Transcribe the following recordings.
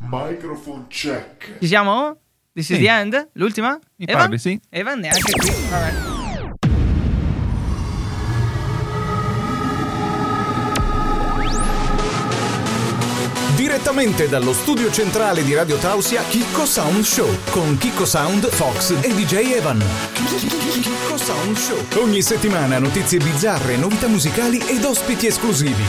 Microphone check. Ci siamo? This is the end? L'ultima? Mi Evan? pare, sì. Evan neanche qui. Vabbè. Direttamente dallo studio centrale di Radio Tausia, Chicco Sound Show con Chicco Sound, Fox e DJ Evan. Chicco Sound Show. Ogni settimana notizie bizzarre, novità musicali ed ospiti esclusivi.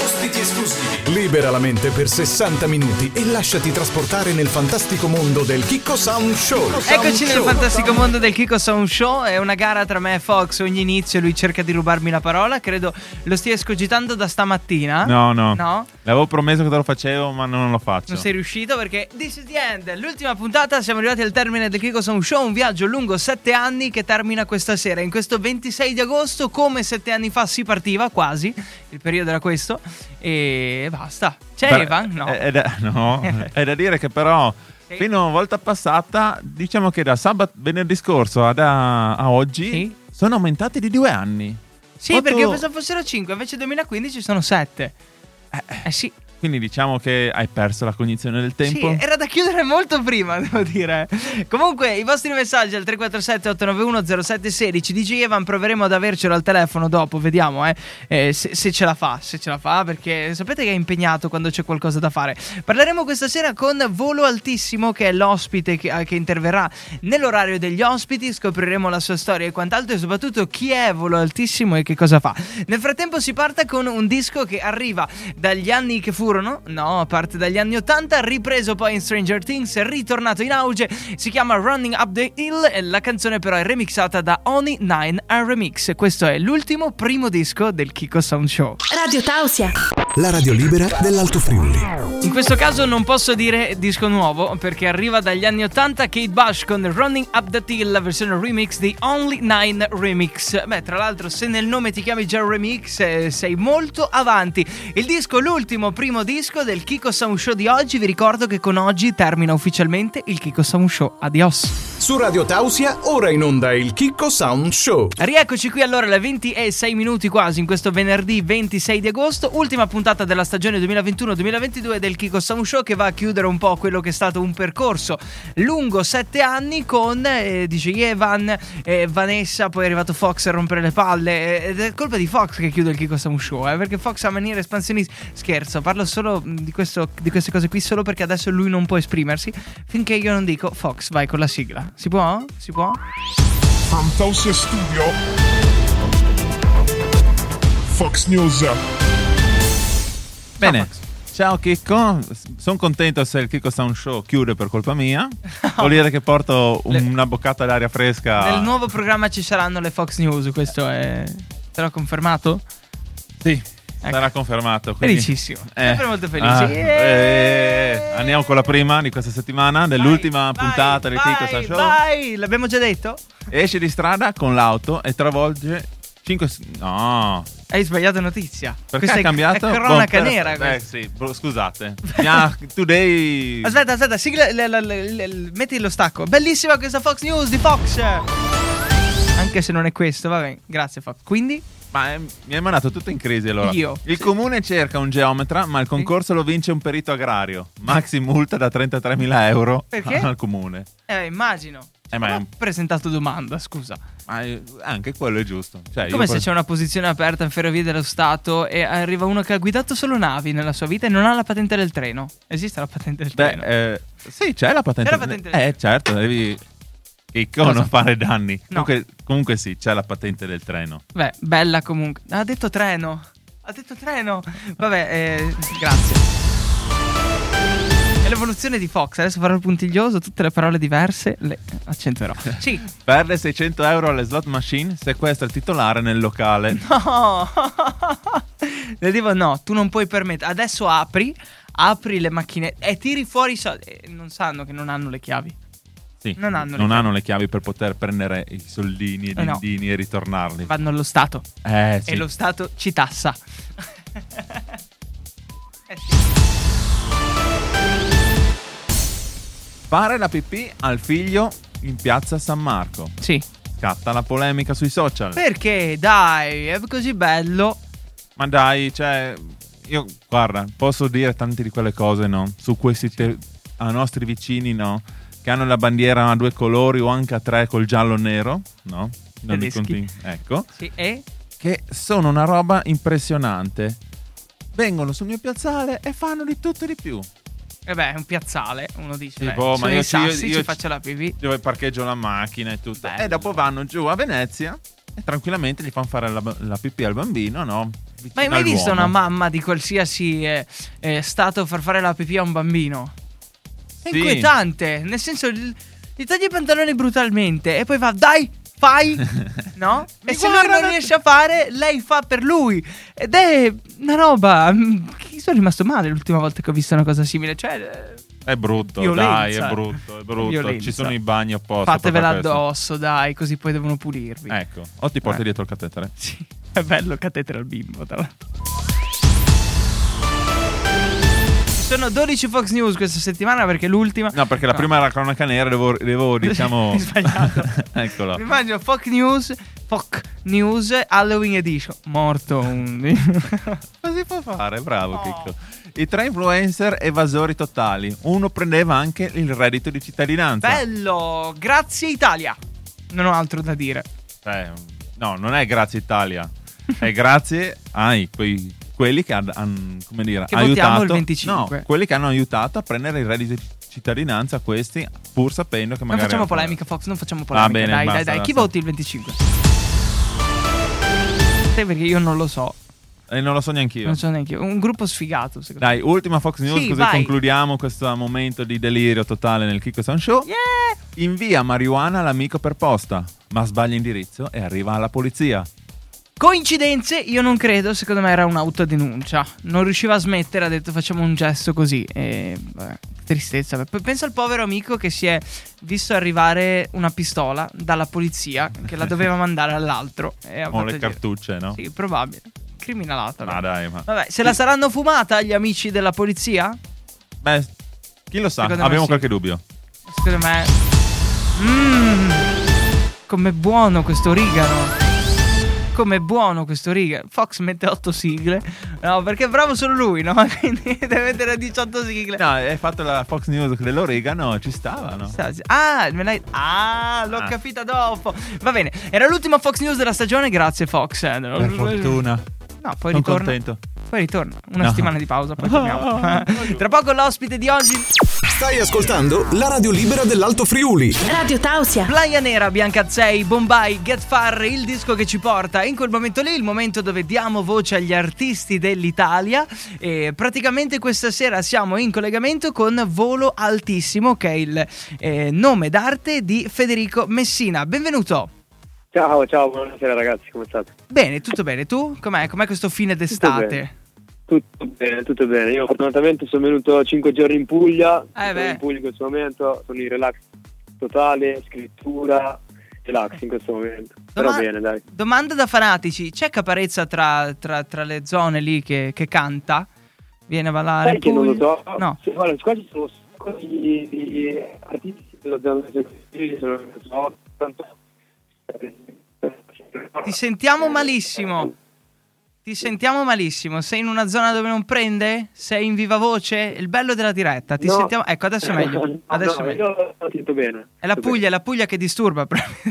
Libera la mente per 60 minuti e lasciati trasportare nel fantastico mondo del Chicco Sound Show. Eccoci nel fantastico mondo del Chicco Sound Show. È una gara tra me e Fox. Ogni inizio lui cerca di rubarmi la parola. Credo lo stia escogitando da stamattina. No. No? Le avevo promesso che te lo facevo, ma non lo faccio. Non sei riuscito perché this is the end. L'ultima puntata, siamo arrivati al termine del Chicco Sound Show. Un viaggio lungo 7 anni che termina questa sera. In questo 26 di agosto, come 7 anni fa si partiva, quasi. Il periodo era questo. E basta. C'è Evan? No. È da dire che però Sì. fino a volta passata, diciamo che da venerdì scorso a oggi Sì. sono aumentati di 2 anni. Sì, perché io pensavo fossero 5, invece 2015 sono 7. Sì. Quindi diciamo che hai perso la cognizione del tempo. Sì, era da chiudere molto prima, devo dire. Comunque, i vostri messaggi al 347-891-0716. DJ Evan, proveremo ad avercelo al telefono dopo, vediamo se ce la fa. Se ce la fa, perché sapete che è impegnato quando c'è qualcosa da fare. Parleremo questa sera con Volo Altissimo, che è l'ospite che interverrà nell'orario degli ospiti. Scopriremo la sua storia e quant'altro, e soprattutto chi è Volo Altissimo e che cosa fa. Nel frattempo si parte con un disco che arriva dagli anni che furono, no, parte dagli anni 80, ripreso poi in Stranger Things, ritornato in auge, si chiama Running Up the Hill, e la canzone però è remixata da Oni 9 a Remix. Questo è l'ultimo primo disco del Chicco Sound Show. Radio Tausia. La radio libera dell'Alto Friuli. In questo caso non posso dire disco nuovo, perché arriva dagli anni 80 Kate Bush con Running Up the Hill, la versione remix di Only 9 Remix. Beh, tra l'altro, se nel nome ti chiami già Remix, sei molto avanti. Il disco, l'ultimo primo disco del Chicco Sound Show di oggi. Vi ricordo che con oggi termina ufficialmente il Chicco Sound Show. Adios. Su Radio Tausia, ora in onda il Chicco Sound Show. Rieccoci qui allora alle 20:06 minuti quasi in questo venerdì 26 di agosto, ultima puntata della stagione 2021-2022 del Chicco Sound Show, che va a chiudere un po' quello che è stato un percorso lungo 7 anni con DJ Evan, Vanessa, poi è arrivato Fox a rompere le palle, ed è colpa di Fox che chiude il Chicco Sound Show, perché Fox ha maniera espansionista. Scherzo, parlo solo di queste cose qui solo perché adesso lui non può esprimersi finché io non dico Fox, vai con la sigla. Si può? Si può? From Tausia Studio, Fox News. Bene. Ciao Chicco, sono contento se il Chicco Sound Show chiude per colpa mia. Vuol dire che porto una boccata d'aria fresca. Nel nuovo programma ci saranno le Fox News, questo è... Te l'ho confermato? Sì, Ecco. sarà confermato. Quindi... Felicissimo, sempre molto felice. Andiamo con la prima di questa settimana, dell'ultima puntata del Chicco Sound Show. Vai, l'abbiamo già detto? Esce di strada con l'auto e travolge 5... No... Hai sbagliato notizia. Perché Questa ha cambiato? È cronaca nera. Sì, scusate. Today. Aspetta, sigla, metti lo stacco. Bellissima questa Fox News di Fox. Anche se non è questo, va bene. Grazie Fox. Quindi? Ma mi hai mandato tutto in crisi allora. Io. Il comune cerca un geometra, ma il concorso lo vince un perito agrario. Maxi multa da 33.000 euro. Perché? Al comune. Immagino. Ma Non ho presentato domanda, scusa. Ma anche quello è giusto. Cioè, Come se c'è una posizione aperta in Ferrovie dello Stato e arriva uno che ha guidato solo navi nella sua vita e non ha la patente del treno. Esiste la patente del treno? Sì, c'è la patente. C'è la patente del treno. Certo, devi non fare danni. No. Comunque sì, c'è la patente del treno. Beh, bella comunque. Ha detto treno. Vabbè, grazie. È l'evoluzione di Fox. Adesso farò il puntiglioso, tutte le parole diverse le accentuerò. Sì. Perde 600 euro alle slot machine, sequestra il titolare nel locale. No. Le dico no, tu non puoi permettere. Adesso apri le macchine e tiri fuori i soldi. Non sanno che non hanno le chiavi. Sì, non hanno le chiavi per poter prendere i soldini e i dindini e ritornarli. Vanno allo Stato. Sì. E lo Stato ci tassa. Sì. Fare la pipì al figlio in piazza San Marco. Sì. Scatta la polemica sui social. Perché? Dai, è così bello. Ma dai, cioè, io, guarda, posso dire tante di quelle cose, no? Su questi a nostri vicini, no? Che hanno la bandiera a 2 colori o anche a 3 col giallo e nero, no? Non mi Tedeschi. ecco. Sì, e? Che sono una roba impressionante. Vengono sul mio piazzale e fanno di tutto e di più. E beh, è un piazzale, uno dice, Sì, beh, boh, sono ma io i sassi, io ci faccio la pipì. dove parcheggio la macchina e tutto. Bello. E dopo vanno giù a Venezia e tranquillamente gli fanno fare la pipì al bambino, no? Vicino Ma hai mai visto all'uomo. una mamma di qualsiasi stato far fare la pipì a un bambino? È Sì. inquietante, nel senso gli tagli i pantaloni brutalmente e poi fa dai, fai, no? Mi E se lui guarda, non riesce a fare, lei fa per lui. Ed è una roba. Che sono rimasto male l'ultima volta che ho visto una cosa simile. Cioè, È brutto, violenza. dai, è brutto. Violenza. Ci sono i bagni apposta. fatevela per questo. addosso, dai, così poi devono pulirvi. Ecco, o ti porti dietro il catetere. Sì, è bello catetere al bimbo, tra l'altro. Ci sono 12 Fox News questa settimana perché l'ultima. No, perché la prima era la cronaca nera, devo diciamo. Hai sbagliato. Eccola. Mi immagino Fox News Halloween Edition. Morto un. Così può fare, bravo Oh. Chicco. I 3 influencer evasori totali. Uno prendeva anche il reddito di cittadinanza. Bello, grazie Italia. Non ho altro da dire. No, non è grazie Italia. È grazie ai quelli che hanno come dire, Che votiamo aiutato il 25. No, quelli che hanno aiutato a prendere il reddito di cittadinanza a questi, pur sapendo che Non magari facciamo polemica, Fox, non facciamo polemica. bene, dai, basta, dai. Chi basta. voti il 25? Te, perché io non lo so. E non lo so neanch'io. Non so neanche io. Un gruppo sfigato, secondo Dai, ultima Fox News, Sì, così vai. concludiamo questo momento di delirio totale nel Chicco Sound Show. me. Yeah! Invia marijuana all'amico per posta, ma sbaglia indirizzo e arriva alla polizia. Coincidenze? Io non credo, secondo me era un'autodenuncia. Non riusciva a smettere, ha detto facciamo un gesto così. E vabbè, tristezza. Poi pensa al povero amico che si è visto arrivare una pistola dalla polizia che la doveva mandare all'altro. E ha O fatto le dire- cartucce, no? Sì, probabile. Criminalata. Ma dai, ma. Vabbè, se la saranno fumata gli amici della polizia? Beh, chi lo sa? Secondo me Abbiamo sì. qualche dubbio. Secondo me. Com'è buono questo origano. Com'è buono questo origano. Fox mette 8 sigle. No, perché è bravo solo lui, no? Quindi deve mettere 18 sigle. No, hai fatto la Fox News dell'origano, ci stava, no? L'ho capita dopo. Va bene, era l'ultima Fox News della stagione, grazie Fox. Per fortuna. No, poi Sono ritorna. contento. Poi ritorna. Una No. settimana di pausa, poi torniamo. Tra poco l'ospite di oggi. Stai ascoltando la radio libera dell'Alto Friuli. Radio Tausia. Playa Nera, Biancazzei, Bombay, Get Far, il disco che ci porta in quel momento lì, il momento dove diamo voce agli artisti dell'Italia. E praticamente questa sera siamo in collegamento con Volo Altissimo, che è il nome d'arte di Federico Messina. Benvenuto. Ciao, buonasera ragazzi, come state? Bene, tutto bene. Tu? Com'è questo fine d'estate? Tutto bene. Io fortunatamente sono venuto 5 giorni in Puglia, sono beh. in Puglia in questo momento, sono in relax totale, scrittura, relax in questo momento. Però bene, dai. Domanda da fanatici: c'è caparezza tra le zone lì che canta? Viene a ballare? Sai che non lo so? No. Guarda, qua ci sono un sacco di artisti della zona del sono tanto. Ti sentiamo malissimo. Sei in una zona dove non prende? Sei in viva voce? Il bello della diretta. Ti No. sentiamo. Ecco, adesso è meglio. Adesso è meglio. Io ho sentito bene. È la Puglia che disturba.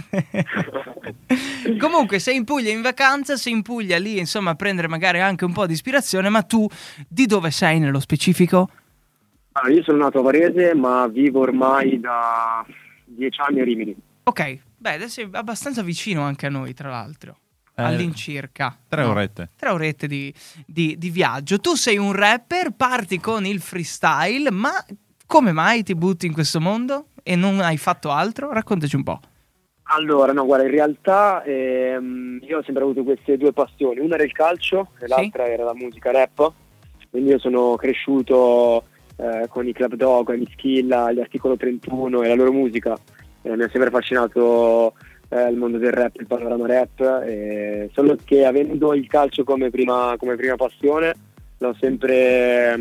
Comunque, sei in Puglia in vacanza, sei in Puglia lì, insomma, a prendere magari anche un po' di ispirazione. Ma tu di dove sei nello specifico? Allora, io sono nato a Varese, ma vivo ormai da 10 anni a Rimini. Ok, beh, adesso è abbastanza vicino anche a noi, tra l'altro. All'incirca 3 no? orette. 3 orette di viaggio. Tu sei un rapper, parti con il freestyle, ma come mai ti butti in questo mondo e non hai fatto altro? Raccontaci un po'. Allora, no, guarda, in realtà io ho sempre avuto queste due passioni. Una era il calcio e l'altra era la musica rap. Quindi io sono cresciuto con i Club Dog, con gli Skilla, gli Articolo 31 e la loro musica. Mi ha sempre affascinato il mondo del rap, il panorama rap, solo che avendo il calcio come prima passione l'ho sempre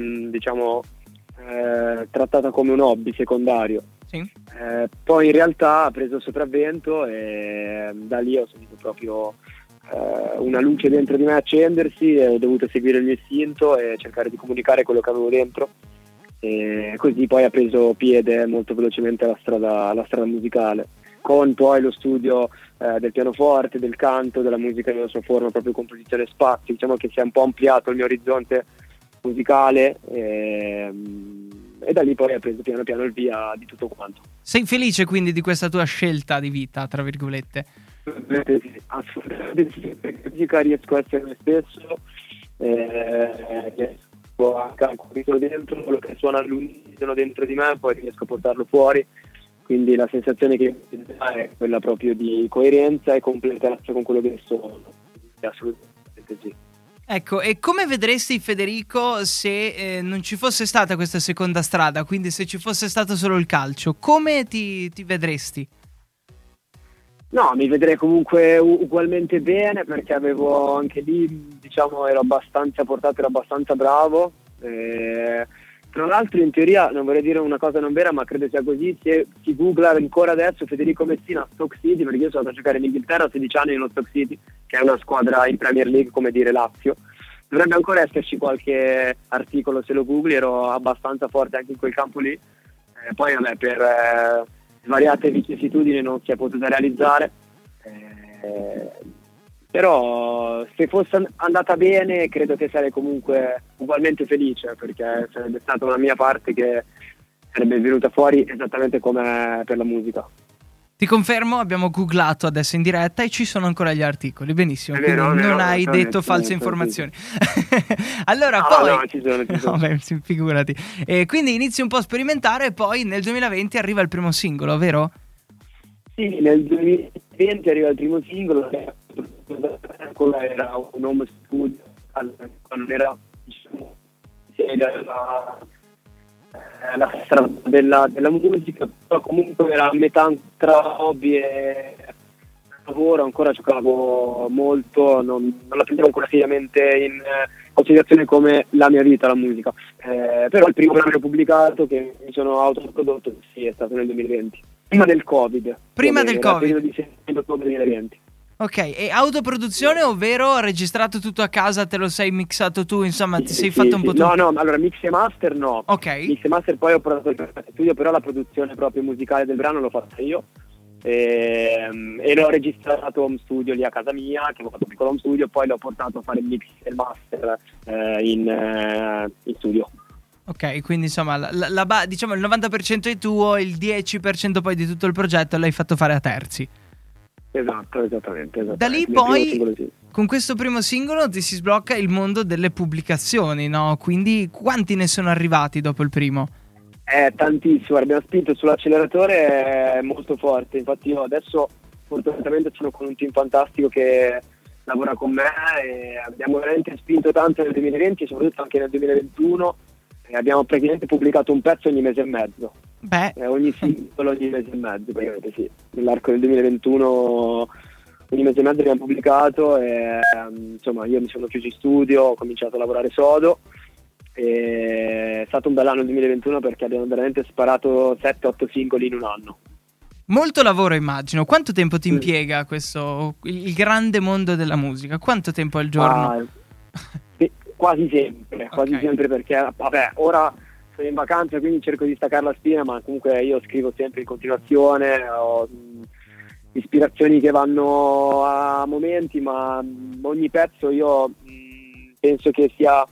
trattata come un hobby secondario. Sì. Poi in realtà ha preso sopravvento e da lì ho sentito proprio una luce dentro di me accendersi e ho dovuto seguire il mio istinto e cercare di comunicare quello che avevo dentro e così poi ha preso piede molto velocemente la strada musicale, con poi lo studio del pianoforte, del canto, della musica nella sua forma, proprio composizione spazio. Diciamo che si è un po' ampliato il mio orizzonte musicale e da lì poi ha preso piano piano il via di tutto quanto. Sei felice quindi di questa tua scelta di vita, tra virgolette? Assolutamente sì, perché la musica riesco a essere me stesso, riesco a capire dentro quello che suona all'unisono dentro di me, poi riesco a portarlo fuori, quindi la sensazione che è quella proprio di coerenza e completezza con quello che sono. È assolutamente sì. Ecco, e come vedresti Federico se non ci fosse stata questa seconda strada, quindi se ci fosse stato solo il calcio, come ti vedresti? No, mi vedrei comunque ugualmente bene, perché avevo anche lì, diciamo, ero abbastanza portato, ero abbastanza bravo. Tra l'altro, in teoria, non vorrei dire una cosa non vera, ma credo sia così, se si googla ancora adesso Federico Messina Stoke City, perché io sono andato a giocare in Inghilterra a 16 anni nello Stoke City, che è una squadra in Premier League, come dire Lazio. Dovrebbe ancora esserci qualche articolo se lo googli, ero abbastanza forte anche in quel campo lì. Poi vabbè, per svariate vicissitudini non si è potuta realizzare, però se fosse andata bene credo che sarei comunque ugualmente felice, perché sarebbe stata una mia parte che sarebbe venuta fuori esattamente come per la musica. Ti confermo, abbiamo googlato adesso in diretta e ci sono ancora gli articoli, benissimo, È vero, quindi non vero, hai detto false sì. informazioni. Allora, No, poi... no, ci sono. Vabbè, figurati. Quindi inizi un po' a sperimentare e poi nel 2020 arriva il primo singolo, vero? Sì, nel 2020 arriva il primo singolo, quello era un home studio, quando era, diciamo, la strada della musica, però comunque era a metà tra hobby e lavoro, ancora giocavo molto, non la prendevo ancora seriamente in considerazione come la mia vita, la musica. Però il primo brano che ho pubblicato, che mi sono autoprodotto, sì, è stato nel 2020, prima del Covid. Prima del Covid? Periodo di settembre-ottobre 2020. Ok, e autoproduzione, ovvero registrato tutto a casa, te lo sei mixato tu, insomma, ti sei fatto un po' tu? No, allora mix e master no. Ok. Mix e master poi ho portato il studio, però la produzione proprio musicale del brano l'ho fatta io. E l'ho registrato home studio lì a casa mia, che ho fatto un piccolo home studio, poi l'ho portato a fare il mix e il master in studio. Ok, quindi insomma diciamo il 90% è tuo, il 10% poi di tutto il progetto l'hai fatto fare a terzi. Esatto, esattamente. Da lì poi con questo primo singolo ti si sblocca il mondo delle pubblicazioni, no? Quindi quanti ne sono arrivati dopo il primo? Tantissimo, abbiamo spinto sull'acceleratore molto forte, infatti io adesso fortunatamente sono con un team fantastico che lavora con me e abbiamo veramente spinto tanto nel 2020 e soprattutto anche nel 2021 e abbiamo praticamente pubblicato un pezzo ogni mese e mezzo. Beh, ogni singolo ogni mese e mezzo, praticamente sì. Nell'arco del 2021 ogni mese e mezzo abbiamo pubblicato e insomma io mi sono chiuso in studio, ho cominciato a lavorare sodo e è stato un bel anno il 2021 perché abbiamo veramente sparato 7-8 singoli in un anno. Molto lavoro, immagino. Quanto tempo ti impiega questo, il grande mondo della musica? Quanto tempo al giorno? Quasi sempre, perché vabbè, ora sono in vacanza quindi cerco di staccare la spina, ma comunque io scrivo sempre in continuazione, ho ispirazioni che vanno a momenti, ma ogni pezzo io penso che sia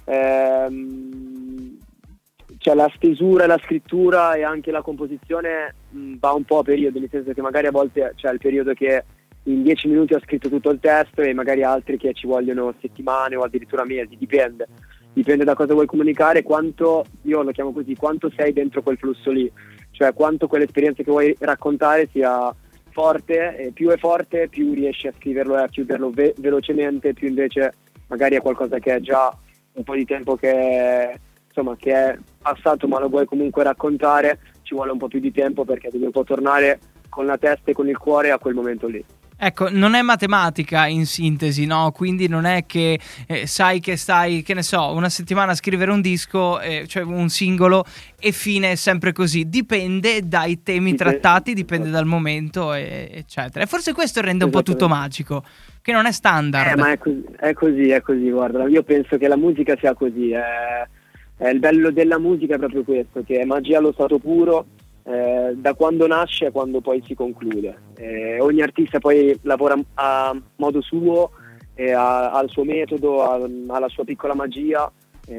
cioè la stesura e la scrittura e anche la composizione va un po' a periodi, nel senso che magari a volte c'è il periodo che in 10 minuti ho scritto tutto il testo e magari altri che ci vogliono settimane o addirittura mesi, dipende da cosa vuoi comunicare, quanto, io lo chiamo così, quanto sei dentro quel flusso lì, cioè quanto quell'esperienza che vuoi raccontare sia forte, e più è forte più riesci a scriverlo e a chiuderlo velocemente, più invece magari è qualcosa che è già un po' di tempo che è passato ma lo vuoi comunque raccontare, ci vuole un po' più di tempo perché devi un po' tornare con la testa e con il cuore a quel momento lì. Ecco, non è matematica in sintesi, no? Quindi non è che sai che stai, che ne so, una settimana a scrivere un disco, cioè un singolo, e fine, è sempre così. Dipende dai temi trattati, dipende dal momento, eccetera. E forse questo rende un po' tutto magico, che non è standard. Ma è così, guarda. Io penso che la musica sia così. il bello della musica è proprio questo, che è magia allo stato puro, da quando nasce a quando poi si conclude. Ogni artista poi lavora a modo suo, ha il suo metodo, ha la sua piccola magia,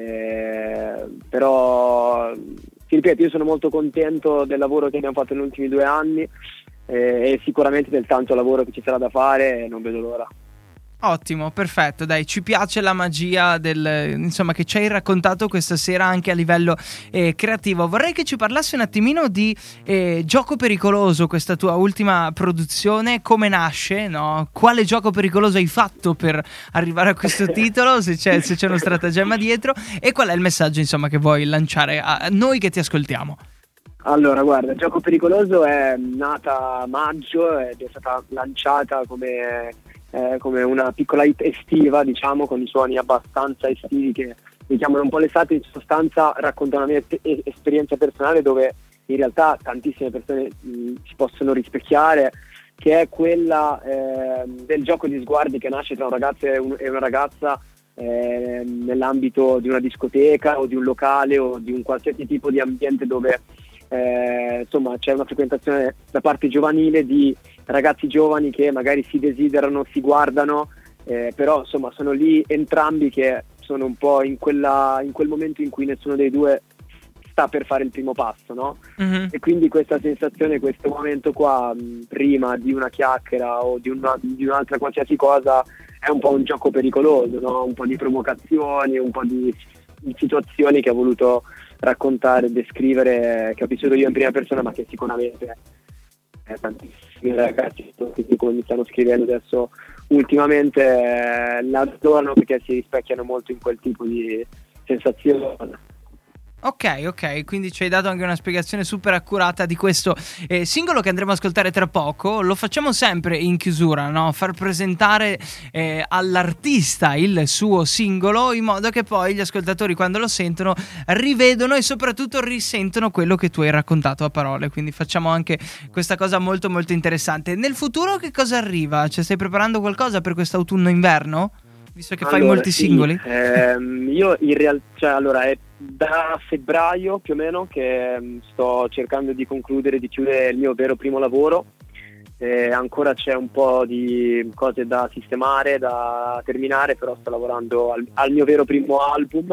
però ti ripeto, io sono molto contento del lavoro che abbiamo fatto negli ultimi 2 anni, e sicuramente del tanto lavoro che ci sarà da fare, e non vedo l'ora. Ottimo, perfetto, dai, ci piace la magia insomma, che ci hai raccontato questa sera anche a livello creativo. Vorrei che ci parlassi un attimino di Gioco Pericoloso, questa tua ultima produzione, come nasce, no? Quale gioco pericoloso hai fatto per arrivare a questo titolo, se c'è uno stratagemma dietro, e qual è il messaggio, insomma, che vuoi lanciare a noi che ti ascoltiamo? Allora, guarda, Gioco Pericoloso è nata a maggio ed è stata lanciata come una piccola hit estiva, diciamo, con i suoni abbastanza estivi che richiamano un po' l'estate. In sostanza racconta una mia esperienza personale, dove in realtà tantissime persone si possono rispecchiare, che è quella del gioco di sguardi che nasce tra un ragazzo e una ragazza nell'ambito di una discoteca o di un locale o di un qualsiasi tipo di ambiente dove insomma c'è una frequentazione da parte giovanile di ragazzi giovani che magari si desiderano, si guardano, però insomma sono lì entrambi che sono un po' in quel momento in cui nessuno dei due sta per fare il primo passo, no? Mm-hmm. E quindi questa sensazione, questo momento qua, prima di una chiacchiera o di un'altra qualsiasi cosa, è un po' un gioco pericoloso, no? Un po' di provocazioni, un po' di situazioni che ho voluto raccontare, descrivere, che ho vissuto io in prima persona, ma che sicuramente tantissimi ragazzi che mi stanno scrivendo adesso ultimamente l'adorano, perché si rispecchiano molto in quel tipo di sensazione. Ok, quindi ci hai dato anche una spiegazione super accurata di questo singolo che andremo a ascoltare tra poco. Lo facciamo sempre in chiusura, no? Far presentare all'artista il suo singolo, in modo che poi gli ascoltatori, quando lo sentono, rivedono e soprattutto risentono quello che tu hai raccontato a parole. Quindi facciamo anche questa cosa molto molto interessante. Nel futuro che cosa arriva? Cioè, stai preparando qualcosa per quest'autunno-inverno? Visto che fai molti singoli? Io in realtà, è da febbraio più o meno che sto cercando di chiudere il mio vero primo lavoro. Ancora c'è un po' di cose da sistemare, da terminare, però sto lavorando al mio vero primo album,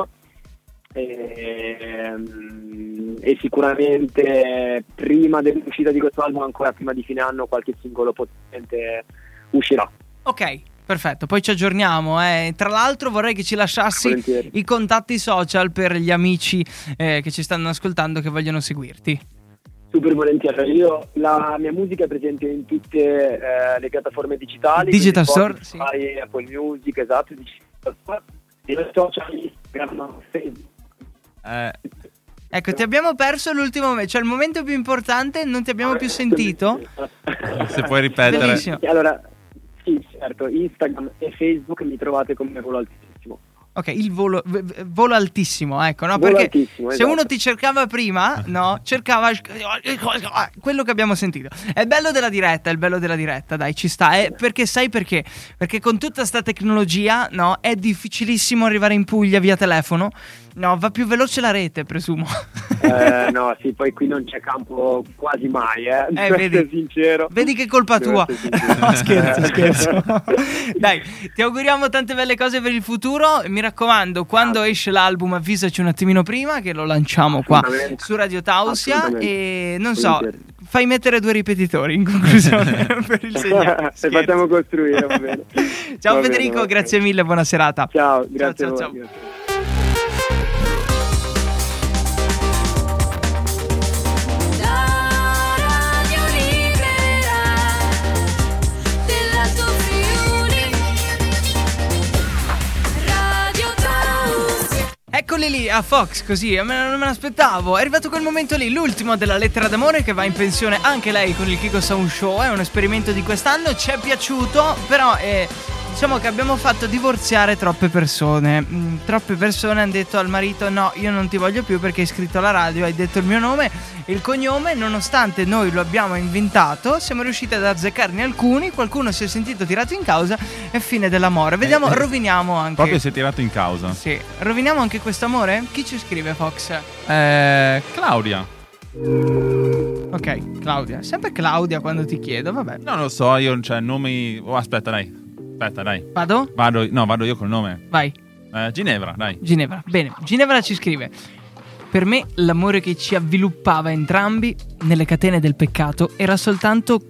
e sicuramente prima dell'uscita di questo album, ancora prima di fine anno, qualche singolo potente uscirà. Ok, perfetto, poi ci aggiorniamo. Tra l'altro vorrei che ci lasciassi Volentieri i contatti social per gli amici che ci stanno ascoltando, che vogliono seguirti. Super volentieri. La mia musica è presente in tutte le piattaforme digitali, Digital Store, sì. Apple Music, esatto, Digital Store, e i social, Instagram, Facebook. Ecco, ti abbiamo perso l'ultimo momento, cioè il momento più importante, non ti abbiamo più sentito. Se puoi ripetere. Bellissimo. Allora, sì, certo, Instagram e Facebook mi trovate come Volo Altissimo. Ok, il volo altissimo, ecco, no? Volo Perché altissimo, se esatto. uno ti cercava prima, no? Cercava quello che abbiamo sentito. È il bello della diretta, dai, ci sta. Perché sai perché? Perché con tutta sta tecnologia, no? È difficilissimo arrivare in Puglia via telefono. No, va più veloce la rete, presumo. No, sì, poi qui non c'è campo quasi mai, vedi, sincero. Vedi che è colpa tua. No, scherzo. Dai, ti auguriamo tante belle cose per il futuro. Mi raccomando, quando esce l'album avvisaci un attimino prima, che lo lanciamo qua su Radio Tausia. E non so, fai mettere 2 ripetitori in conclusione per il segnale. Se facciamo costruire, va bene. Ciao va Federico, bene. Grazie mille, buona serata. Ciao, grazie a voi. Ciao. Grazie. Eccoli lì a Fox, così, non me l'aspettavo. È arrivato quel momento lì, l'ultimo della lettera d'amore, che va in pensione anche lei con il Kiko Sound Show. È un esperimento di quest'anno, ci è piaciuto, però Diciamo che abbiamo fatto divorziare troppe persone. Troppe persone hanno detto al marito: no, io non ti voglio più perché hai iscritto alla radio, hai detto il mio nome e il cognome. Nonostante noi lo abbiamo inventato, siamo riusciti ad azzeccarne alcuni. Qualcuno si è sentito tirato in causa e fine dell'amore. Vediamo, roviniamo anche. Proprio si è tirato in causa. Sì, roviniamo anche quest'amore? Chi ci scrive, Fox? Claudia. Ok, Claudia. Sempre Claudia quando ti chiedo, vabbè. Non lo so, io cioè nomi. Oh, aspetta, dai. Vado? Vado io col nome. Vai. Ginevra, dai. Ginevra, bene. Ginevra ci scrive: per me l'amore che ci avviluppava entrambi nelle catene del peccato era soltanto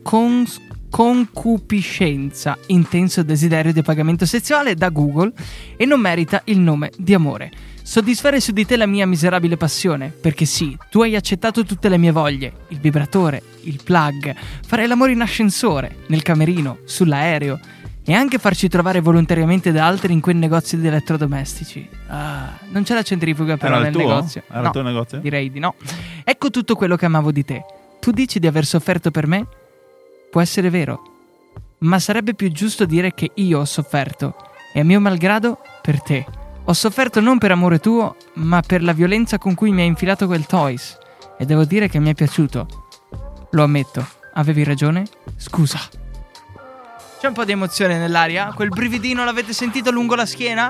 concupiscenza, intenso desiderio di pagamento sessuale da Google, e non merita il nome di amore. Soddisfare su di te la mia miserabile passione, perché sì, tu hai accettato tutte le mie voglie, il vibratore, il plug, fare l'amore in ascensore, nel camerino, sull'aereo, e anche farci trovare volontariamente da altri in quei negozi di elettrodomestici. Non c'è la centrifuga però nel negozio. Era no, il tuo negozio? Direi di no. Ecco tutto quello che amavo di te. Tu dici di aver sofferto per me? Può essere vero, ma sarebbe più giusto dire che io ho sofferto, e a mio malgrado, per te. Ho sofferto non per amore tuo, ma per la violenza con cui mi hai infilato quel toys. E devo dire che mi è piaciuto. Lo ammetto, avevi ragione? Scusa. C'è un po' di emozione nell'aria? Quel brividino l'avete sentito lungo la schiena?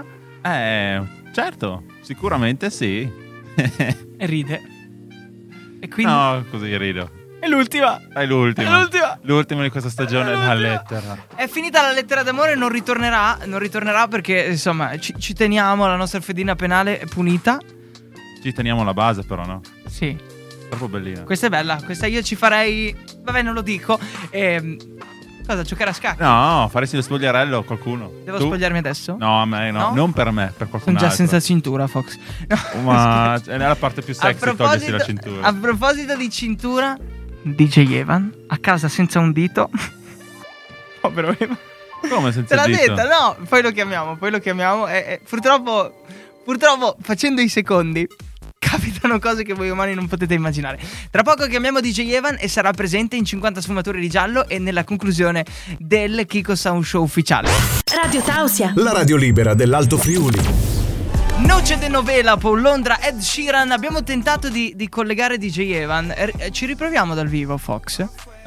Certo, sicuramente sì. E ride. E quindi... No, così rido. È l'ultima. È l'ultima. È l'ultima. L'ultima di questa stagione è la lettera. È finita la lettera d'amore, non ritornerà perché insomma ci teniamo, la nostra fedina penale è punita. Ci teniamo la base però, no? Sì. Troppo bellina. Questa è bella, questa io ci farei... Vabbè, non lo dico. Cosa, giocare a scacchi? No, faresti lo spogliarello a qualcuno. Devo Tu? spogliarmi adesso? No, a me no. No? Non per me, per qualcun Sono già altro. senza cintura, Fox. No, Ma è la parte più sexy, togliersi la cintura. A proposito di cintura, DJ Evan, a casa senza un dito. Povero Evan. Come Te senza l'ha dito? detta, no? Poi lo chiamiamo. Purtroppo, facendo i secondi, capitano cose che voi umani non potete immaginare. Tra poco chiamiamo DJ Evan e sarà presente in 50 sfumature di giallo e nella conclusione del Kiko Sound Show ufficiale. Radio Tausia, La radio libera dell'Alto Friuli. Noce de novela, Paul Londra, Ed Sheeran. Abbiamo tentato di collegare DJ Evan. Ci riproviamo dal vivo, Fox?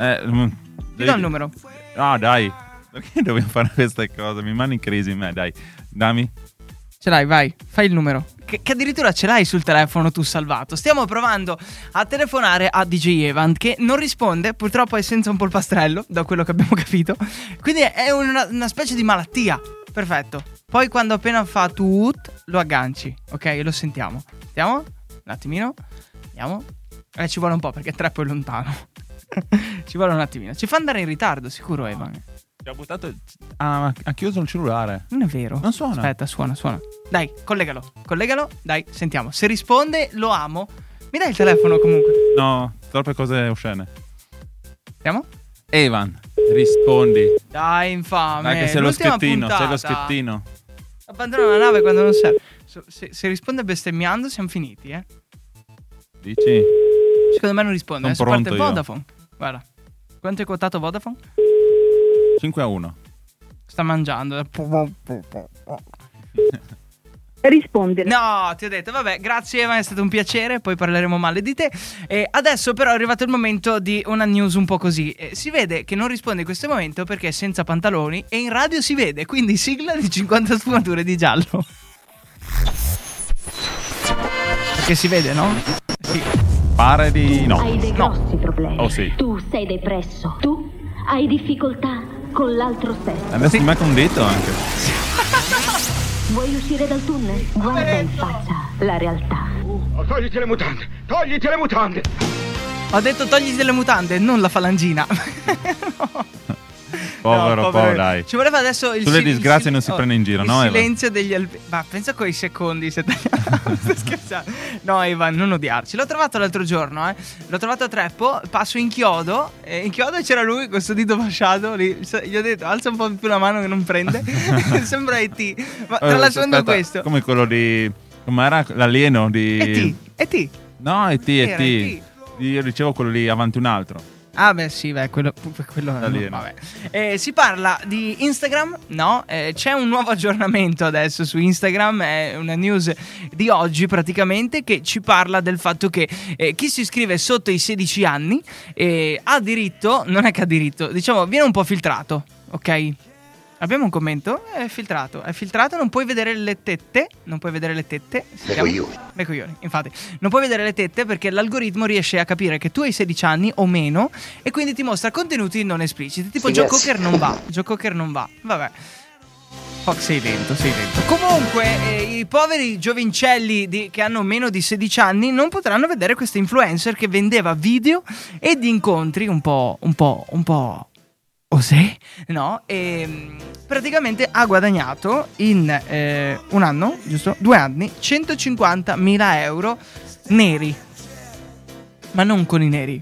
Ti do il numero. Ah, dai. Perché dobbiamo fare queste cose? Mi mandi in crisi me, dai. Dammi. Ce l'hai, vai, fai il numero. Che addirittura ce l'hai sul telefono tu salvato. Stiamo provando a telefonare a DJ Evan, che non risponde, purtroppo è senza un polpastrello, da quello che abbiamo capito. Quindi è una specie di malattia. Perfetto. Poi quando appena fa tut, lo agganci. Ok, lo sentiamo. Sentiamo? Un attimino. Vediamo. Ci vuole un po' perché troppo è lontano. Ci vuole un attimino. Ci fa andare in ritardo, sicuro Evan. Ti ha buttato. Ha chiuso il cellulare. Non è vero. Non suona. Aspetta, suona. Dai, collegalo. Dai, sentiamo. Se risponde, lo amo. Mi dai il telefono comunque? No, troppe cose oscene. Sentiamo? Evan, rispondi. Dai, infame. Dai che sei lo L'ultima schettino, puntata. sei lo schettino. Abbandona la nave quando non serve. Se risponde bestemmiando, siamo finiti, eh. Dici? Secondo me non risponde. Sono Adesso parte pronto io. Vodafone. Guarda. Quanto è quotato Vodafone? 5-1. Sta mangiando. rispondere. No, ti ho detto, vabbè, grazie Evan, è stato un piacere, poi parleremo male di te. Adesso però è arrivato il momento di una news un po' così. Si vede che non risponde in questo momento perché è senza pantaloni e in radio si vede, quindi sigla di 50 sfumature di giallo. Perché si vede, no? Sì. Pare di no. Hai dei grossi problemi. Oh sì. Tu sei depresso. Tu hai difficoltà con l'altro sesso. Adesso mi un dito anche. Vuoi uscire dal tunnel? Guarda in faccia la realtà. Togliti le mutande! Togliti le mutande! Ho detto togliti le mutande, non la falangina. Povero, dai. Ci voleva adesso il sulle disgrazie non si prende in giro, no? Il silenzio degli Ma pensa coi secondi se tagliamo. Sto scherzando. No, Evan, non odiarci. L'ho trovato l'altro giorno, L'ho trovato a Treppo, passo in chiodo. In chiodo c'era lui con questo dito fasciato lì. Gli ho detto alza un po' più la mano che non prende. Sembra E.T. Ma tralasciando questo, come quello di... com'era l'alieno di... E.T. No, E.T. Era E.T. Io dicevo quello lì avanti un altro. Ah beh sì, quello Alieno. vabbè. Si parla di Instagram, no? C'è un nuovo aggiornamento adesso su Instagram, è una news di oggi praticamente che ci parla del fatto che chi si iscrive sotto i 16 anni ha diritto, non è che ha diritto, diciamo viene un po' filtrato, ok? Abbiamo un commento? È filtrato, non puoi vedere le tette. Le coglioni, infatti. Non puoi vedere le tette perché l'algoritmo riesce a capire che tu hai 16 anni o meno e quindi ti mostra contenuti non espliciti. Tipo Joe Cocker non va. Vabbè. Fox sei lento. Comunque i poveri giovincelli che hanno meno di 16 anni non potranno vedere questa influencer che vendeva video e di incontri un po' osè, no? E praticamente ha guadagnato in un anno, giusto? 2 anni, 150.000 euro neri. Ma non con i neri.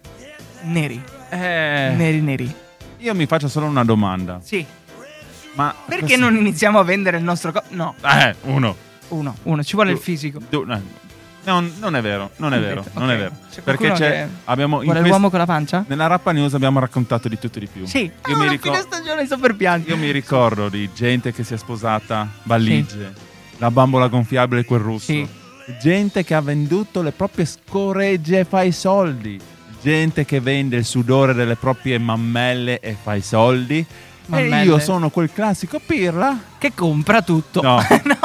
Neri. Io mi faccio solo una domanda. Sì. Ma perché non iniziamo a vendere il nostro no. Uno, ci vuole il fisico. Non è vero. Perché abbiamo vuole l'uomo con la pancia? Nella Rappa News abbiamo raccontato di tutto e di più. Sì. Fine stagione sto per piangere. Io mi ricordo di gente che si è sposata, valigie, la bambola gonfiabile e quel russo. Sì. Gente che ha venduto le proprie scoregge e fa i soldi. Gente che vende il sudore delle proprie mammelle e fa i soldi. Mammelle. E io sono quel classico pirla che compra tutto. No.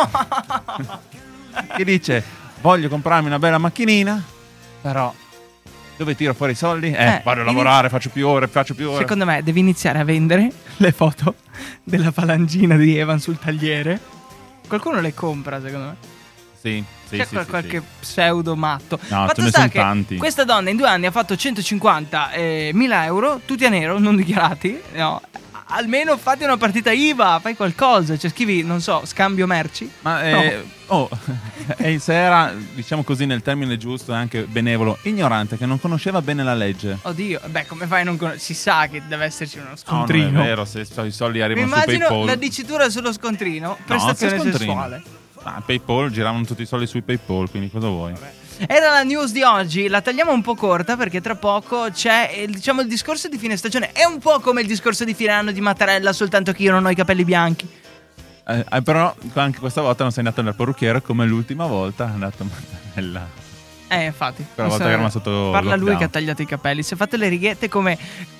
Che dice: voglio comprarmi una bella macchinina, però dove tiro fuori i soldi? Vado a lavorare, faccio più ore. Secondo me devi iniziare a vendere le foto della falangina di Evan sul tagliere. Qualcuno le compra, secondo me. Sì. C'è qualche pseudo matto. No, ce ne sono tanti. Questa donna in 2 anni ha fatto 150.000 euro, tutti a nero, non dichiarati. No. Almeno fate una partita IVA, fai qualcosa. Cioè scrivi, non so, scambio merci. Ma e se era, diciamo così, nel termine giusto e anche benevolo, ignorante, che non conosceva bene la legge. Oddio, beh, come fai a non conoscere? Si sa che deve esserci uno scontrino. No, non è vero, se i soldi arrivano su PayPal. Immagino la dicitura sullo scontrino, prestazione sessuale. PayPal, giravano tutti i soldi sui PayPal, quindi cosa vuoi? Vabbè. Era la news di oggi, la tagliamo un po' corta perché tra poco c'è il discorso di fine stagione. È un po' come il discorso di fine anno di Mattarella, soltanto che io non ho i capelli bianchi. Però anche questa volta non sei andato dal parrucchiere come l'ultima volta è andato Mattarella. Infatti. Quella volta che eravamo sotto parla lockdown. Lui che ha tagliato i capelli. Si è fatto le righette come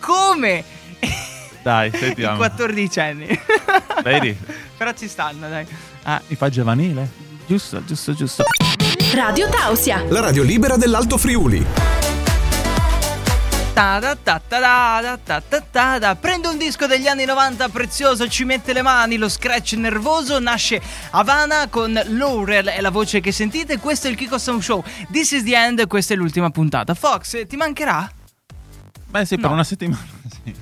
dai, sentiamo. I 14 anni. Vedi? Però ci stanno, dai. Mi fa giovanile. Giusto. Radio Tausia, la radio libera dell'Alto Friuli. Prendo un disco degli anni 90 prezioso, ci mette le mani, lo scratch nervoso, nasce Havana con Laurel e la voce che sentite. Questo è il Kiko Sound Show, This is the end, questa è l'ultima puntata. Fox, ti mancherà? Beh sì, per una settimana sì.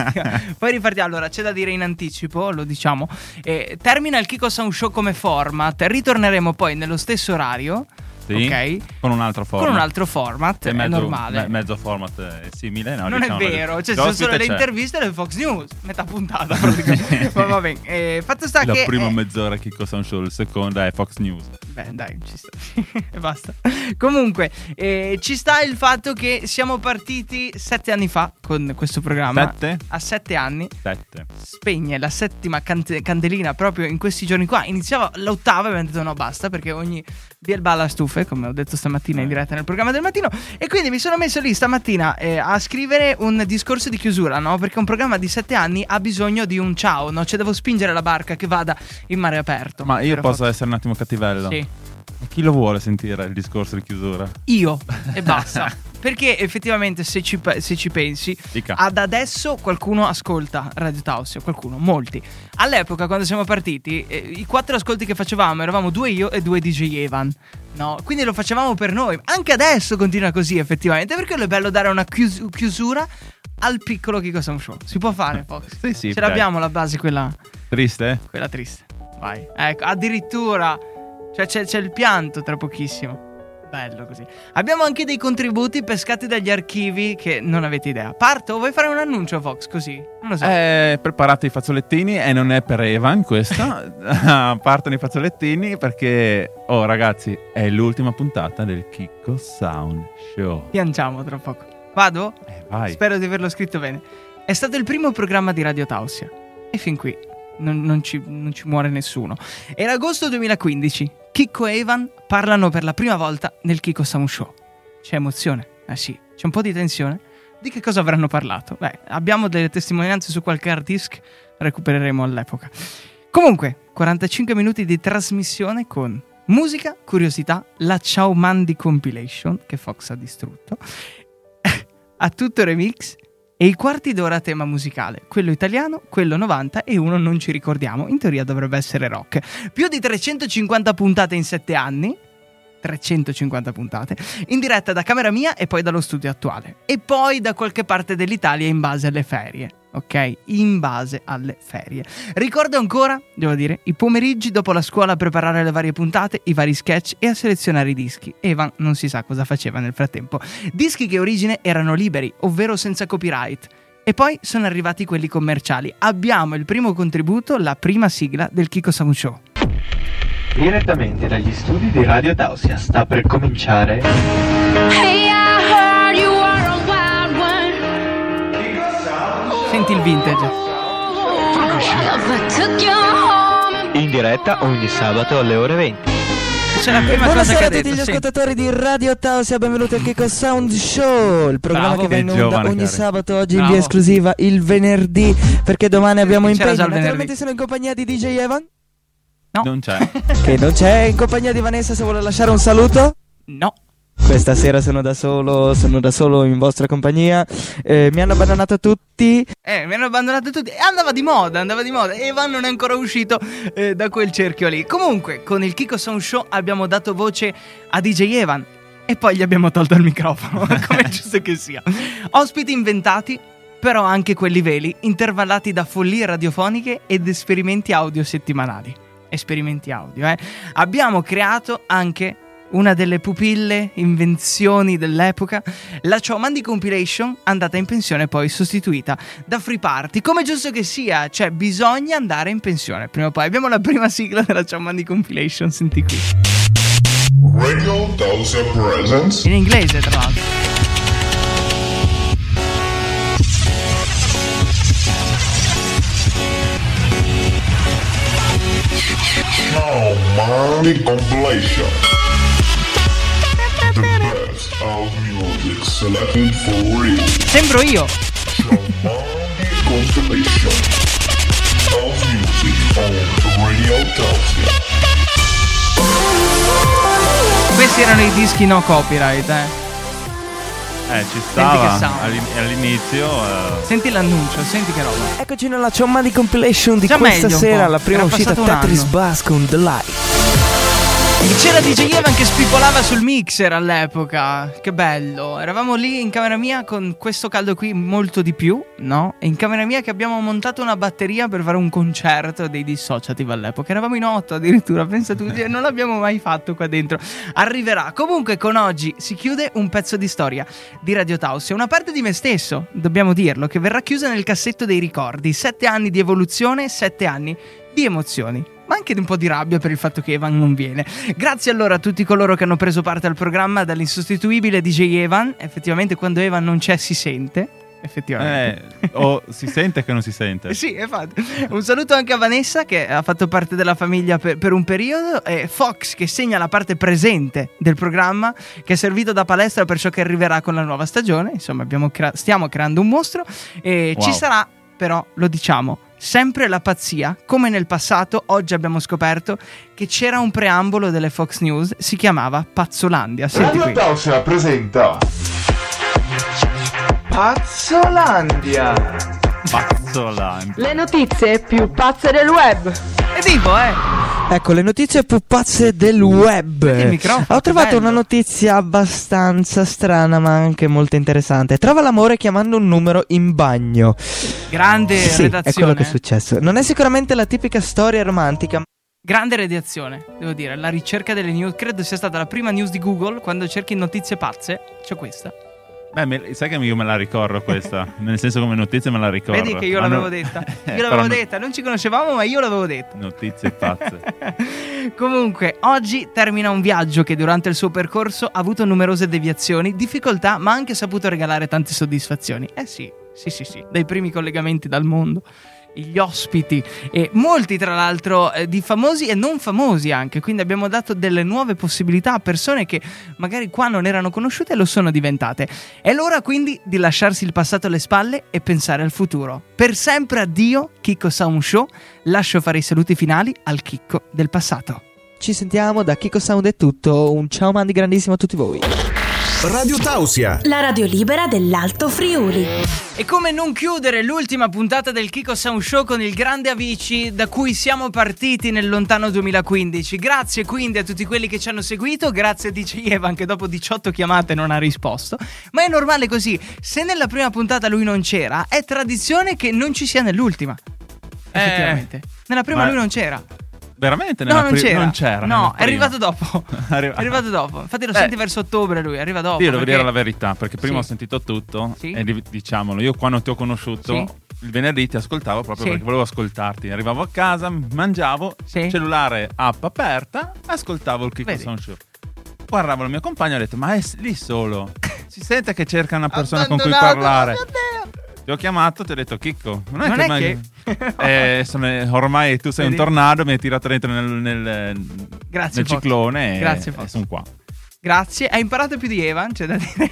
Poi ripartiamo. Allora, c'è da dire in anticipo, lo diciamo, termina il Kiko Sound Show come format. Ritorneremo poi nello stesso orario. Sì, ok, con un altro format. È normale. Mezzo format è simile, no? Non è vero, cioè ci sono solo le interviste e le Fox News, metà puntata praticamente. Ma va bene, fatto sta la che prima mezz'ora Kiko Sound Show, il secondo è Fox News. Beh dai, ci sta. E basta. Comunque ci sta il fatto che siamo partiti 7 anni fa con questo programma. 7? A 7 anni 7. Spegne la settima candelina proprio in questi giorni qua. Iniziava l'8ª e abbiamo detto no basta, perché ogni bielba alla stufe, come ho detto stamattina in diretta nel programma del mattino. E quindi mi sono messo lì stamattina a scrivere un discorso di chiusura, no? Perché un programma di 7 anni ha bisogno di un ciao, no? Cioè devo spingere la barca che vada in mare aperto. Ma io posso essere un attimo cattivello? Sì. Chi lo vuole sentire il discorso di chiusura? Io e basta. Perché effettivamente se ci pensi, Dica. ad adesso qualcuno ascolta Radio Tausia, qualcuno, molti. All'epoca quando siamo partiti i 4 ascolti che facevamo eravamo 2 io e 2 DJ Evan, no? Quindi lo facevamo per noi. Anche adesso continua così effettivamente, perché è bello dare una chiusura al piccolo Kiko Sound Show. Si può fare, Fox? Sì, ce l'abbiamo la base, quella triste? Quella triste. Vai. Ecco, addirittura cioè c'è il pianto tra pochissimo. Bello così. Abbiamo anche dei contributi pescati dagli archivi che non avete idea. Parto? Vuoi fare un annuncio, Fox? Così? Non lo so. Preparate i fazzolettini e non è per Evan questa. Partono i fazzolettini perché, ragazzi, è l'ultima puntata del Kiko Sound Show. Piangiamo tra poco. Vado? Vai. Spero di averlo scritto bene. È stato il primo programma di Radio Tausia. E fin qui non ci muore nessuno. Era agosto 2015. Chicco e Evan parlano per la prima volta nel Chicco Sound Show. C'è emozione? Sì. C'è un po' di tensione? Di che cosa avranno parlato? Abbiamo delle testimonianze su qualche hard disk. Recupereremo all'epoca. Comunque, 45 minuti di trasmissione con musica, curiosità, la Ciao Mandy compilation che Fox ha distrutto, a tutto remix e i quarti d'ora a tema musicale, quello italiano, quello 90 e uno non ci ricordiamo, in teoria dovrebbe essere rock. Più di 350 puntate in 7 anni, 350 puntate, in diretta da camera mia e poi dallo studio attuale. E poi da qualche parte dell'Italia in base alle ferie, ok? In base alle ferie. Ricordo ancora, devo dire, i pomeriggi dopo la scuola a preparare le varie puntate, i vari sketch e a selezionare i dischi. Evan non si sa cosa faceva nel frattempo. Dischi che a origine erano liberi, ovvero senza copyright. E poi sono arrivati quelli commerciali. Abbiamo il primo contributo, la prima sigla del Chicco Sound Show. Direttamente dagli studi di Radio Tausia sta per cominciare Hey, I heard you are a wild one. Senti il vintage. in diretta ogni sabato alle ore 20. C'è la prima cosa che ha Buonasera a detto, tutti gli sì. ascoltatori di Radio Tausia, benvenuti al Chicco Sound Show, il programma Bravo. che va in Che onda giovane ogni che eri. sabato, oggi in Bravo. via esclusiva il venerdì, perché domani abbiamo C'era impegno. già il venerdì. Naturalmente sono in compagnia di DJ Evan, No. Non c'è. che non c'è, in compagnia di Vanessa, se vuole lasciare un saluto. No. Questa sera sono da solo in vostra compagnia. Mi hanno abbandonato tutti. Mi hanno abbandonato tutti. Andava di moda. Evan non è ancora uscito da quel cerchio lì. Comunque, con il Chicco Sound Show abbiamo dato voce a DJ Evan e poi gli abbiamo tolto il microfono, come è giusto che sia. Ospiti inventati, però anche quelli veri, intervallati da follie radiofoniche ed esperimenti audio settimanali. Esperimenti audio, Abbiamo creato anche una delle pupille invenzioni dell'epoca, la Ciao Mandy compilation, andata in pensione poi sostituita da Free Party, come giusto che sia, cioè bisogna andare in pensione prima o poi. Abbiamo la prima sigla della Ciao Mandy compilation, senti qui, Radio Tausia presents in inglese tra l'altro. Ciao Mandy compilation. The best of music selected for you. Sembro io. Ciao Mandy compilation of music on Radio Tausia. Questi erano i dischi no copyright, Ci stava sound. all'inizio. Senti l'annuncio, senti che roba. Eccoci nella Ciao Mandy compilation di Già questa meglio un sera, po'. la prima Era uscita passato un Tetris anno. Bass con The Light. C'era DJ Evan che spipolava sul mixer all'epoca. Che bello. Eravamo lì in camera mia con questo caldo qui molto di più, no? E in camera mia che abbiamo montato una batteria per fare un concerto dei Dissociative all'epoca. Eravamo in 8 addirittura, pensa tu, non l'abbiamo mai fatto qua dentro. Arriverà. Comunque con oggi si chiude un pezzo di storia di Radio Tausia, una parte di me stesso, dobbiamo dirlo, che verrà chiusa nel cassetto dei ricordi. 7 anni di evoluzione, 7 anni di emozioni, ma anche di un po' di rabbia per il fatto che Evan non viene. Grazie allora a tutti coloro che hanno preso parte al programma, dall'insostituibile DJ Evan. Effettivamente quando Evan non c'è si sente, effettivamente. O si sente che non si sente. Sì, infatti. Un saluto anche a Vanessa che ha fatto parte della famiglia per un periodo, e Fox che segna la parte presente del programma, che è servito da palestra per ciò che arriverà con la nuova stagione. Insomma, stiamo creando un mostro e Wow. ci sarà, però, lo diciamo, sempre la pazzia, come nel passato. Oggi abbiamo scoperto che c'era un preambolo delle Fox News, si chiamava Pazzolandia. Senti qui. Tausia presenta Pazzolandia. Pazzolandia. Le notizie più pazze del web. E tipo, Ecco, le notizie più pazze del web. Il microfono, Ho trovato bello. una notizia abbastanza strana, ma anche molto interessante. Trova l'amore chiamando un numero in bagno. grande Sì, redazione. è quello che è successo. Non è sicuramente la tipica storia romantica. Grande redazione, devo dire, la ricerca delle news, credo sia stata la prima news di Google, quando cerchi notizie pazze, c'è questa. Beh, sai che io me la ricordo questa, nel senso come notizia me la ricordo. Vedi che io l'avevo detta. Io l'avevo detta, non ci conoscevamo, ma io l'avevo detta. Notizie pazze. Comunque, oggi termina un viaggio che durante il suo percorso ha avuto numerose deviazioni, difficoltà, ma ha anche saputo regalare tante soddisfazioni. Sì, dai primi collegamenti dal mondo, gli ospiti e molti tra l'altro di famosi e non famosi anche, quindi abbiamo dato delle nuove possibilità a persone che magari qua non erano conosciute e lo sono diventate. È l'ora quindi di lasciarsi il passato alle spalle e pensare al futuro. Per sempre addio Chicco Sound Show, lascio fare i saluti finali al Chicco del passato. Ci sentiamo, da Chicco Sound è tutto, un ciao Mandi grandissimo a tutti voi. Radio Tausia, la radio libera dell'Alto Friuli. E come non chiudere l'ultima puntata del Chicco Sound Show con il grande Avicii da cui siamo partiti nel lontano 2015. Grazie quindi a tutti quelli che ci hanno seguito, grazie a DJ Evan che dopo 18 chiamate non ha risposto, ma è normale così, se nella prima puntata lui non c'era è tradizione che non ci sia nell'ultima. Effettivamente nella prima lui non c'era. Veramente? No, non c'era. No, è prima. arrivato dopo. È arrivato dopo. Infatti lo senti verso ottobre lui, arriva dopo. Io devo dire la verità, perché prima ho sentito tutto e diciamolo, io quando ti ho conosciuto il venerdì ti ascoltavo proprio perché volevo ascoltarti. Arrivavo a casa, mangiavo, cellulare app aperta, ascoltavo il Chicco Sound Show. Guardavo il mio compagno e ho detto, ma è lì solo. Si sente che cerca una persona con cui parlare. Mio Dio. Ti ho chiamato, ti ho detto Chicco, non è che ormai tu sei un tornado, mi hai tirato dentro nel ciclone e sono qua. Grazie, hai imparato più di Evan, c'è da dire.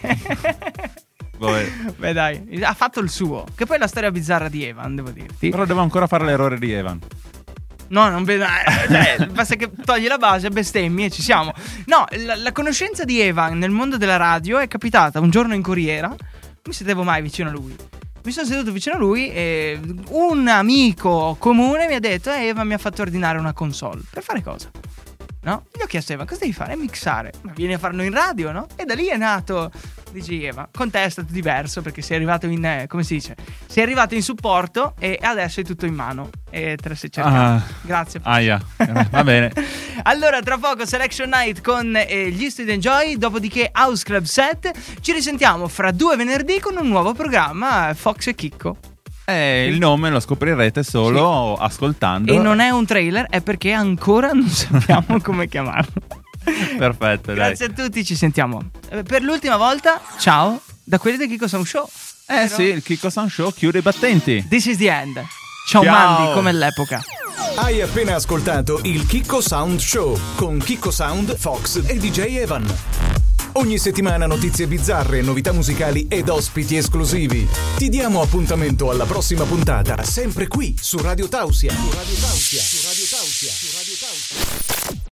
Beh dai, ha fatto il suo. Che poi è la storia bizzarra di Evan, devo dirti. Però devo ancora fare l'errore di Evan. No, non vedo. Basta che togli la base, bestemmi e ci siamo. No, la conoscenza di Evan nel mondo della radio è capitata un giorno in corriera. Non mi sedevo mai vicino a lui. Mi sono seduto vicino a lui e un amico comune mi ha detto Evan mi ha fatto ordinare una console. Per fare cosa? No? Gli ho chiesto Evan, cosa devi fare? Mixare. Ma vieni a farlo in radio, no? E da lì è nato, dici Evan, con te è stato diverso perché sei arrivato in, come si dice? Sei arrivato in supporto e adesso è tutto in mano. E te la sei cercato. Grazie. Va bene. Allora, tra poco Selection Night con gli Student Joy, dopodiché House Club 7. Ci risentiamo fra 2 venerdì con un nuovo programma, Fox e Chicco. Il nome lo scoprirete solo ascoltando. E non è un trailer, è perché ancora non sappiamo come chiamarlo. Perfetto, dai. Grazie a tutti, ci sentiamo per l'ultima volta. Ciao da quelli del Chicco Sound Show. Sì, il Chicco Sound Show chiude i battenti. This is the end. Ciao Mandi, come all'epoca. Hai appena ascoltato il Chicco Sound Show con Chicco Sound, Fox e DJ Evan. Ogni settimana notizie bizzarre, novità musicali ed ospiti esclusivi. Ti diamo appuntamento alla prossima puntata, sempre qui su Radio Tausia. Su Radio Tausia.